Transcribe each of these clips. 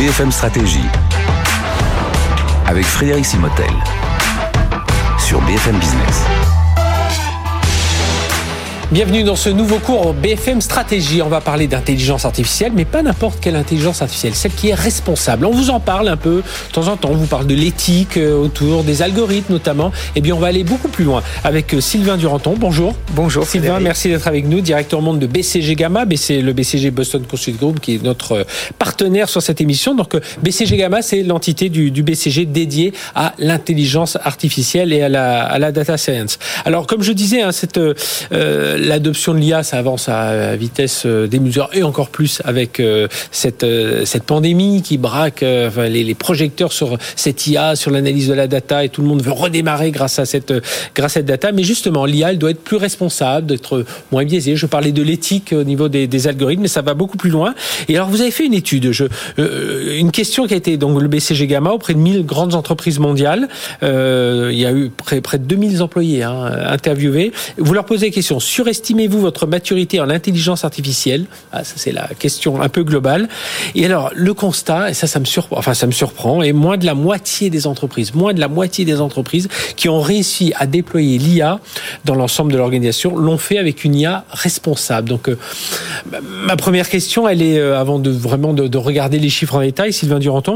BFM Stratégie avec Frédéric Simotel sur BFM Business. Bienvenue dans ce nouveau cours BFM Stratégie. On va parler d'intelligence artificielle, mais pas n'importe quelle intelligence artificielle, celle qui est responsable. On vous en parle un peu de temps en temps. On vous parle de l'éthique autour des algorithmes notamment. Eh bien, on va aller beaucoup plus loin avec Sylvain Duranton. Bonjour. Bonjour Sylvain, Frédéric. merci d'être avec nous, directeur monde de BCG Gamma. C'est le BCG Boston Consulting Group qui est notre partenaire sur cette émission. Donc, BCG Gamma, c'est l'entité du BCG dédiée à l'intelligence artificielle et à la data science. Alors, comme je disais, l'adoption de l'IA, ça avance à vitesse démesurée et encore plus avec cette pandémie qui braque les projecteurs sur cette IA, sur l'analyse de la data, et tout le monde veut redémarrer grâce à cette data. Mais justement, l'IA, elle doit être plus responsable, d'être moins biaisée. Je parlais de l'éthique au niveau des algorithmes, mais ça va beaucoup plus loin. Et alors, vous avez fait une étude, une question qui a été donc le BCG Gamma auprès de 1000 grandes entreprises mondiales. Il y a eu près de 2000 employés interviewés. Vous leur posez la question: surestimez-vous votre maturité en intelligence artificielle? Ça, c'est la question un peu globale. Et alors, le constat, et ça me surprend, et moins de la moitié des entreprises qui ont réussi à déployer l'IA dans l'ensemble de l'organisation l'ont fait avec une IA responsable. Donc, ma première question, elle est, avant de regarder les chiffres en détail, Sylvain Duranton,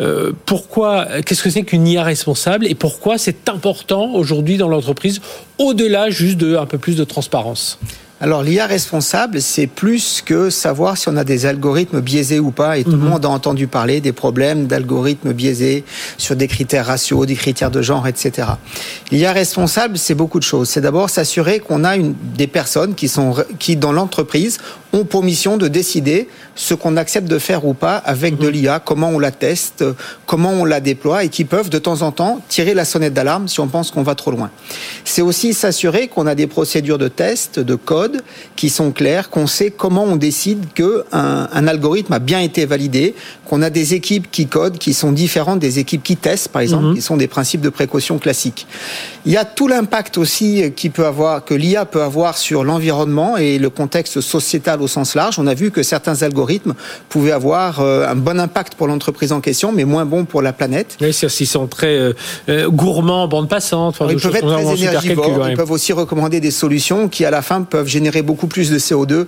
qu'est-ce que c'est qu'une IA responsable et pourquoi c'est important aujourd'hui dans l'entreprise, au-delà juste un peu plus de transparence? Alors, l'IA responsable, c'est plus que savoir si on a des algorithmes biaisés ou pas. Et tout le monde a entendu parler des problèmes d'algorithmes biaisés sur des critères raciaux, des critères de genre, etc. L'IA responsable, c'est beaucoup de choses. C'est d'abord s'assurer qu'on a des personnes qui, dans l'entreprise, ont pour mission de décider ce qu'on accepte de faire ou pas avec de l'IA, comment on la teste, comment on la déploie, et qui peuvent de temps en temps tirer la sonnette d'alarme si on pense qu'on va trop loin. C'est aussi s'assurer qu'on a des procédures de test, de code, qui sont clairs, qu'on sait comment on décide qu'un algorithme a bien été validé, qu'on a des équipes qui codent, qui sont différentes des équipes qui testent, par exemple, qui sont des principes de précaution classiques. Il y a tout l'impact aussi que l'IA peut avoir sur l'environnement et le contexte sociétal au sens large. On a vu que certains algorithmes pouvaient avoir un bon impact pour l'entreprise en question, mais moins bon pour la planète. Oui, c'est-à-dire s'ils sont très gourmands en bande passante. Ils peuvent être très énergivores, ils peuvent aussi recommander des solutions qui, à la fin, peuvent générer beaucoup plus de CO2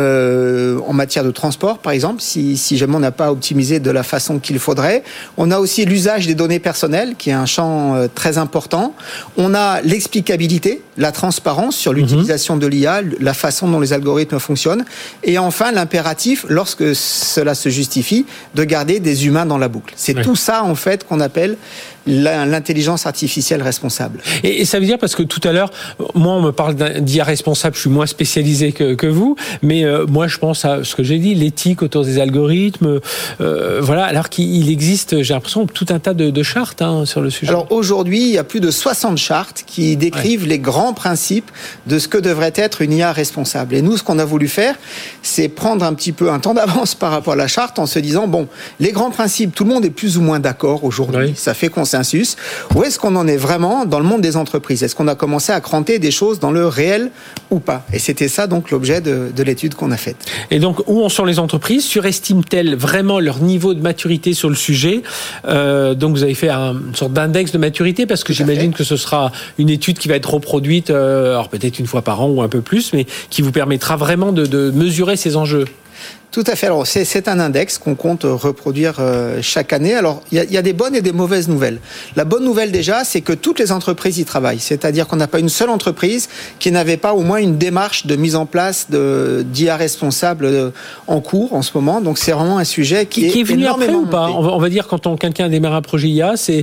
en matière de transport, par exemple, si jamais on n'a pas optimisé de la façon qu'il faudrait. On a aussi l'usage des données personnelles, qui est un champ très important. On a l'explicabilité, la transparence sur l'utilisation de l'IA, la façon dont les algorithmes fonctionnent. Et enfin, l'impératif, lorsque cela se justifie, de garder des humains dans la boucle. C'est tout ça, en fait, qu'on appelle l'intelligence artificielle responsable. Et ça veut dire, parce que tout à l'heure, moi, on me parle d'IA responsable, je suis moins spécialisé que vous, mais moi, je pense à ce que j'ai dit, l'éthique autour des algorithmes, voilà, alors qu'il existe, j'ai l'impression, tout un tas de chartes sur le sujet. Alors aujourd'hui, il y a plus de 60 chartes qui décrivent les grands principes de ce que devrait être une IA responsable. Et nous, ce qu'on a voulu faire, c'est prendre un petit peu un temps d'avance par rapport à la charte en se disant, les grands principes, tout le monde est plus ou moins d'accord aujourd'hui, ça fait consensus. Où est-ce qu'on en est vraiment dans le monde des entreprises? Est-ce qu'on a commencé à cranter des choses dans le réel ou pas? Et c'était ça donc l'objet de l'étude qu'on a faite. Et donc, où en sont les entreprises? Surestiment-elles vraiment leur niveau de maturité sur le sujet? Donc, vous avez fait une sorte d'index de maturité, parce que j'imagine que ce sera une étude qui va être reproduite, alors peut-être une fois par an ou un peu plus, mais qui vous permettra vraiment de mesurer ces enjeux. Tout à fait. Alors, c'est un index qu'on compte reproduire chaque année. Alors, il y a des bonnes et des mauvaises nouvelles. La bonne nouvelle, déjà, c'est que toutes les entreprises y travaillent. C'est-à-dire qu'on n'a pas une seule entreprise qui n'avait pas au moins une démarche de mise en place d'IA responsable en cours en ce moment. Donc, c'est vraiment un sujet qui est venu après ou pas? monté. On va dire, quand quelqu'un démarre un projet IA, c'est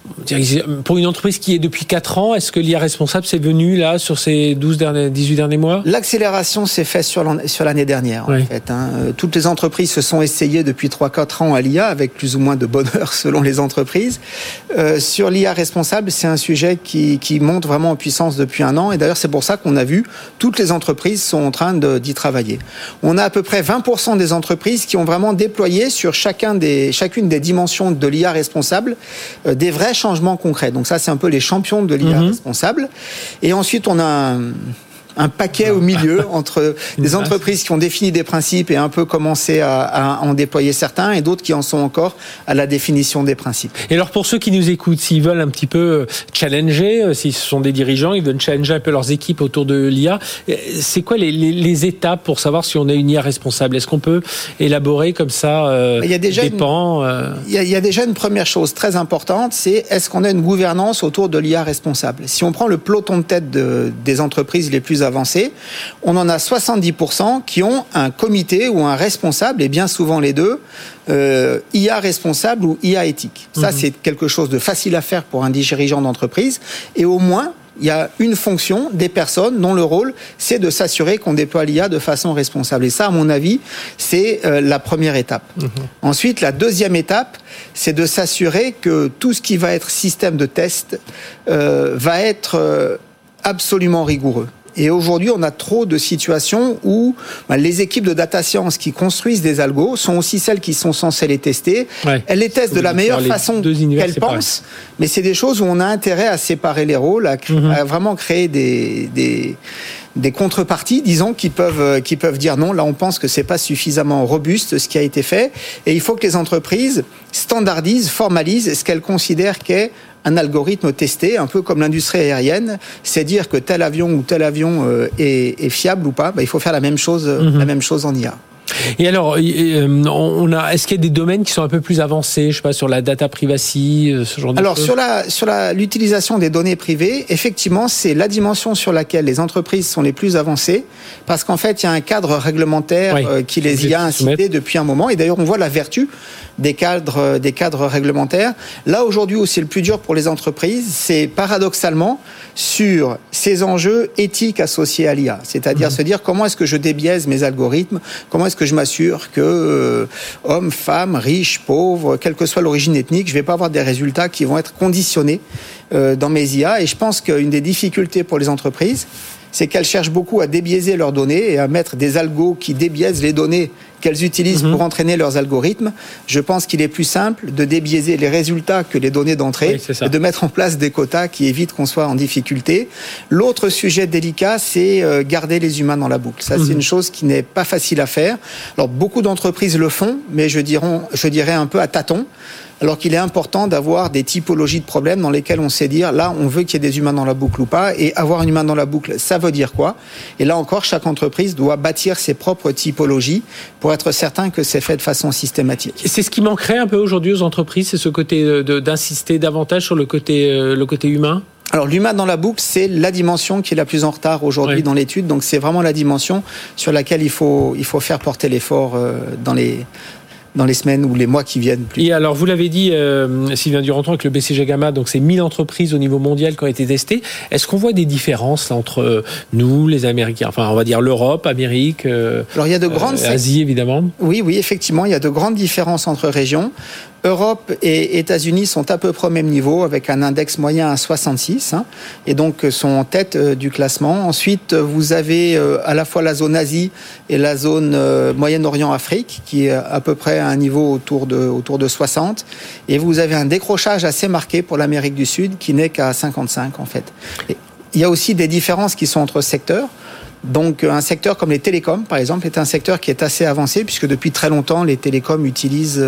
pour une entreprise qui est depuis 4 ans, est-ce que l'IA responsable c'est venu là sur ces 18 derniers mois? L'accélération s'est faite sur l'année dernière, en fait. Toutes les entreprises se sont essayées depuis 3-4 ans à l'IA, avec plus ou moins de bonheur selon les entreprises. Sur l'IA responsable, c'est un sujet qui monte vraiment en puissance depuis 1 an. Et d'ailleurs, c'est pour ça qu'on a vu toutes les entreprises sont en train d'y travailler. On a à peu près 20% des entreprises qui ont vraiment déployé sur chacune des dimensions de l'IA responsable des vrais changements concrets. Donc ça, c'est un peu les champions de l'IA responsable. Et ensuite, on a un paquet au milieu entre des entreprises qui ont défini des principes et un peu commencé à en déployer certains, et d'autres qui en sont encore à la définition des principes. Et alors pour ceux qui nous écoutent, s'ils veulent un petit peu challenger, si ce sont des dirigeants, ils veulent challenger un peu leurs équipes autour de l'IA, c'est quoi les étapes pour savoir si on a une IA responsable? Est-ce qu'on peut élaborer comme ça il y a déjà il y a déjà une première chose très importante, c'est est-ce qu'on a une gouvernance autour de l'IA responsable? Si on prend le peloton de tête des entreprises les plus avancées, on en a 70% qui ont un comité ou un responsable, et bien souvent les deux, IA responsable ou IA éthique. Ça, c'est quelque chose de facile à faire pour un dirigeant d'entreprise, et au moins, il y a une fonction des personnes dont le rôle, c'est de s'assurer qu'on déploie l'IA de façon responsable. Et ça, à mon avis, c'est la première étape. Ensuite, la deuxième étape, c'est de s'assurer que tout ce qui va être système de test va être absolument rigoureux. Et aujourd'hui, on a trop de situations où les équipes de data science qui construisent des algos sont aussi celles qui sont censées les tester. Ouais. Elles les testent de la meilleure façon qu'elles pensent, mais c'est des choses où on a intérêt à séparer les rôles, à vraiment créer des contreparties, disons, qui peuvent dire non, là on pense que c'est pas suffisamment robuste ce qui a été fait, et il faut que les entreprises standardisent, formalisent ce qu'elles considèrent qu'est un algorithme testé, un peu comme l'industrie aérienne, c'est dire que tel avion est fiable ou pas, il faut faire la même chose en IA. Et alors, est-ce qu'il y a des domaines qui sont un peu plus avancés, je sais pas, sur la data privacy, ce genre de choses? Alors, sur l'utilisation des données privées, effectivement, c'est la dimension sur laquelle les entreprises sont les plus avancées, parce qu'en fait, il y a un cadre réglementaire qui les y a incités depuis un moment, et d'ailleurs, on voit la vertu des cadres réglementaires. Là, aujourd'hui, où c'est le plus dur pour les entreprises, c'est paradoxalement sur ces enjeux éthiques associés à l'IA. C'est-à-dire se dire comment est-ce que je débiaise mes algorithmes, comment est-ce que je m'assure que hommes, femmes, riches, pauvres, quelle que soit l'origine ethnique, je ne vais pas avoir des résultats qui vont être conditionnés dans mes IA. Et je pense qu'une des difficultés pour les entreprises, c'est qu'elles cherchent beaucoup à débiaiser leurs données et à mettre des algos qui débiaisent les données qu'elles utilisent pour entraîner leurs algorithmes. Je pense qu'il est plus simple de débiaiser les résultats que les données d'entrée, et de mettre en place des quotas qui évitent qu'on soit en difficulté. L'autre sujet délicat, c'est garder les humains dans la boucle. Ça, c'est une chose qui n'est pas facile à faire. Alors, beaucoup d'entreprises le font, mais je dirais un peu à tâtons. Alors qu'il est important d'avoir des typologies de problèmes dans lesquels on sait dire, là, on veut qu'il y ait des humains dans la boucle ou pas, et avoir un humain dans la boucle, ça veut dire quoi? Et là encore, chaque entreprise doit bâtir ses propres typologies pour être certain que c'est fait de façon systématique. C'est ce qui manquerait un peu aujourd'hui aux entreprises, c'est ce côté d'insister davantage sur le côté humain? Alors, l'humain dans la boucle, c'est la dimension qui est la plus en retard aujourd'hui dans l'étude, donc c'est vraiment la dimension sur laquelle il faut faire porter l'effort dans les semaines ou les mois qui viennent. Et alors, vous l'avez dit, Sylvain Duranton, avec le BCG Gamma, donc c'est 1000 entreprises au niveau mondial qui ont été testées. Est-ce qu'on voit des différences là, entre nous, les Américains, enfin, on va dire l'Europe, Amérique, alors, il y a de grandes Asie, évidemment. Oui, effectivement, il y a de grandes différences entre régions. Europe et États-Unis sont à peu près au même niveau, avec un index moyen à 66, et donc sont en tête du classement. Ensuite, vous avez à la fois la zone Asie et la zone Moyen-Orient-Afrique, qui est à peu près à un niveau autour de 60, et vous avez un décrochage assez marqué pour l'Amérique du Sud, qui n'est qu'à 55, en fait. Et il y a aussi des différences qui sont entre secteurs. Donc, un secteur comme les télécoms, par exemple, est un secteur qui est assez avancé, puisque depuis très longtemps, les télécoms utilisent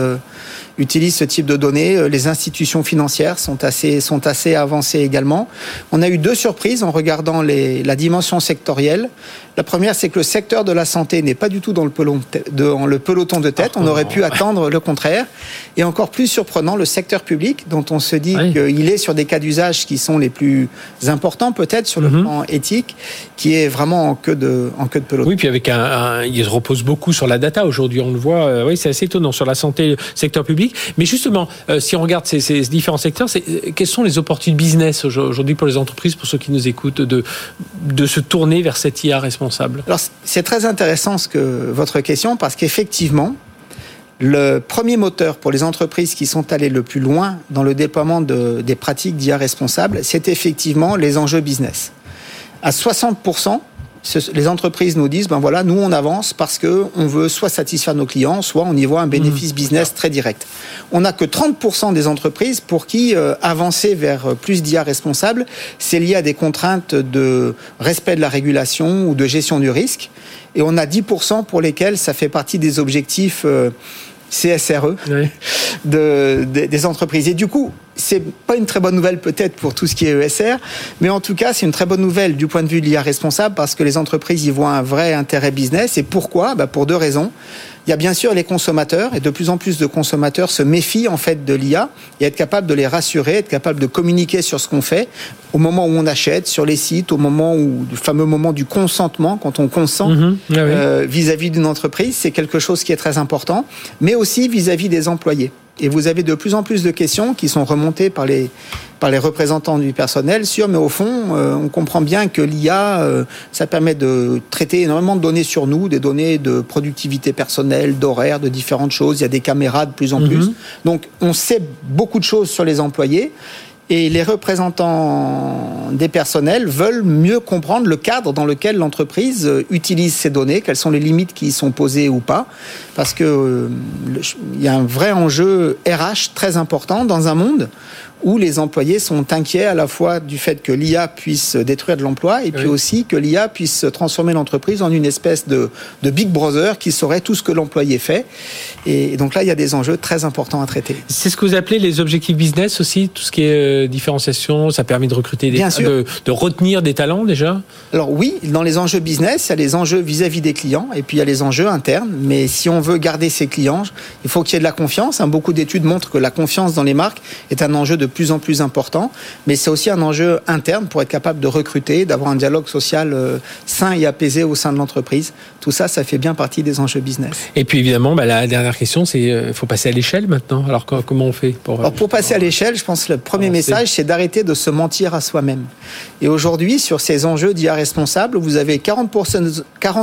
ce type de données. Les institutions financières sont assez avancées également. On a eu 2 surprises en regardant la dimension sectorielle. La première, c'est que le secteur de la santé n'est pas du tout dans le peloton de tête. On aurait pu attendre le contraire. Et encore plus surprenant, le secteur public, dont on se dit qu'il est sur des cas d'usage qui sont les plus importants, peut-être sur le plan éthique, qui est vraiment en queue de peloton. Oui, puis avec il repose beaucoup sur la data aujourd'hui. On le voit. Oui, c'est assez étonnant sur la santé, secteur public. Mais justement, si on regarde ces différents secteurs, quelles sont les opportunités de business aujourd'hui pour les entreprises, pour ceux qui nous écoutent, de se tourner vers cette IA responsable? Alors, c'est très intéressant votre question, parce qu'effectivement, le premier moteur pour les entreprises qui sont allées le plus loin dans le déploiement des pratiques d'IA responsable, c'est effectivement les enjeux business. À 60%, les entreprises nous disent, ben voilà, nous on avance parce que on veut soit satisfaire nos clients, soit on y voit un bénéfice business très direct. On n'a que 30% des entreprises pour qui avancer vers plus d'IA responsable, c'est lié à des contraintes de respect de la régulation ou de gestion du risque. Et on a 10% pour lesquels ça fait partie des objectifs CSRE des entreprises. Et du coup, c'est pas une très bonne nouvelle peut-être pour tout ce qui est ESR, mais en tout cas, c'est une très bonne nouvelle du point de vue de l'IA responsable parce que les entreprises y voient un vrai intérêt business. Et pourquoi ? Pour deux raisons. Il y a bien sûr les consommateurs, et de plus en plus de consommateurs se méfient en fait de l'IA, et être capable de les rassurer, être capable de communiquer sur ce qu'on fait au moment où on achète, sur les sites, au moment où, le fameux moment du consentement, quand on consent vis-à-vis d'une entreprise, c'est quelque chose qui est très important, mais aussi vis-à-vis des employés. Et vous avez de plus en plus de questions qui sont remontées par les représentants du personnel mais au fond, on comprend bien que l'IA, ça permet de traiter énormément de données sur nous, des données de productivité personnelle, d'horaire, de différentes choses. Il y a des caméras de plus en plus. Donc, on sait beaucoup de choses sur les employés. Et les représentants des personnels veulent mieux comprendre le cadre dans lequel l'entreprise utilise ces données, quelles sont les limites qui y sont posées ou pas, parce que il y a un vrai enjeu RH très important dans un monde où les employés sont inquiets à la fois du fait que l'IA puisse détruire de l'emploi et puis aussi que l'IA puisse transformer l'entreprise en une espèce de Big Brother qui saurait tout ce que l'employé fait. Et donc là, il y a des enjeux très importants à traiter. C'est ce que vous appelez les objectifs business aussi, tout ce qui est différenciation, ça permet de recruter de retenir des talents déjà ? Alors oui, dans les enjeux business, il y a les enjeux vis-à-vis des clients et puis il y a les enjeux internes. Mais si on veut garder ses clients, il faut qu'il y ait de la confiance. Beaucoup d'études montrent que la confiance dans les marques est un enjeu de plus en plus important, mais c'est aussi un enjeu interne pour être capable de recruter, d'avoir un dialogue social sain et apaisé au sein de l'entreprise. Tout ça, ça fait bien partie des enjeux business. Et puis évidemment, la dernière question, c'est faut passer à l'échelle maintenant. Alors comment on fait pour passer à l'échelle, je pense que le premier message, c'est d'arrêter de se mentir à soi-même. Et aujourd'hui, sur ces enjeux d'IA responsable, vous avez 40%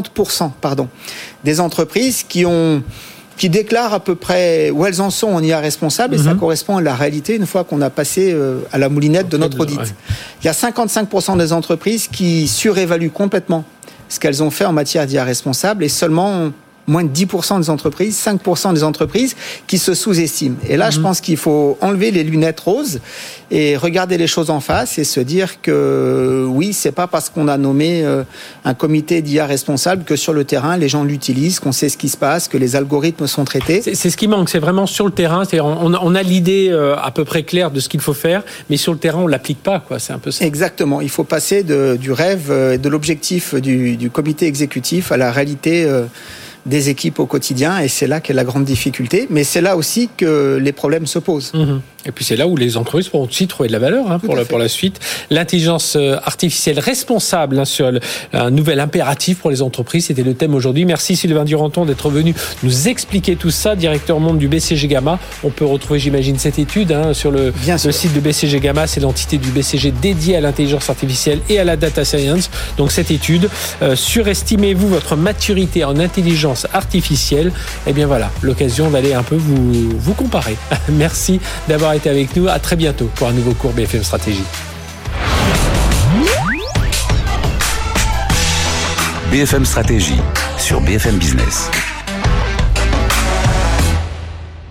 des entreprises qui déclarent à peu près où elles en sont en IA responsable, et ça correspond à la réalité une fois qu'on a passé à la moulinette de notre audit. Il y a 55% des entreprises qui surévaluent complètement ce qu'elles ont fait en matière d'IA responsable, et seulement moins de 10% des entreprises, 5% des entreprises qui se sous-estiment. Et là, je pense qu'il faut enlever les lunettes roses et regarder les choses en face et se dire que oui, c'est pas parce qu'on a nommé un comité d'IA responsable que sur le terrain, les gens l'utilisent, qu'on sait ce qui se passe, que les algorithmes sont traités. C'est ce qui manque, c'est vraiment sur le terrain. C'est-à-dire on a l'idée à peu près claire de ce qu'il faut faire, mais sur le terrain, on l'applique pas, quoi. C'est un peu ça. Exactement. Il faut passer du rêve, de l'objectif du comité exécutif à la réalité des équipes au quotidien, et c'est là qu'est la grande difficulté, mais c'est là aussi que les problèmes se posent. Et puis c'est là où les entreprises pourront aussi trouver de la valeur pour la suite. L'intelligence artificielle responsable, sur un nouvel impératif pour les entreprises, c'était le thème aujourd'hui. Merci Sylvain Duranton d'être venu nous expliquer tout ça, directeur monde du BCG Gamma. On peut retrouver, j'imagine, cette étude sur le site de BCG Gamma. C'est l'entité du BCG dédiée à l'intelligence artificielle et à la data science. Donc cette étude, surestimez-vous votre maturité en intelligence artificielle? Eh bien voilà, l'occasion d'aller un peu vous comparer. Merci d'avoir été avec nous. À très bientôt pour un nouveau cours BFM Stratégie. BFM Stratégie sur BFM Business.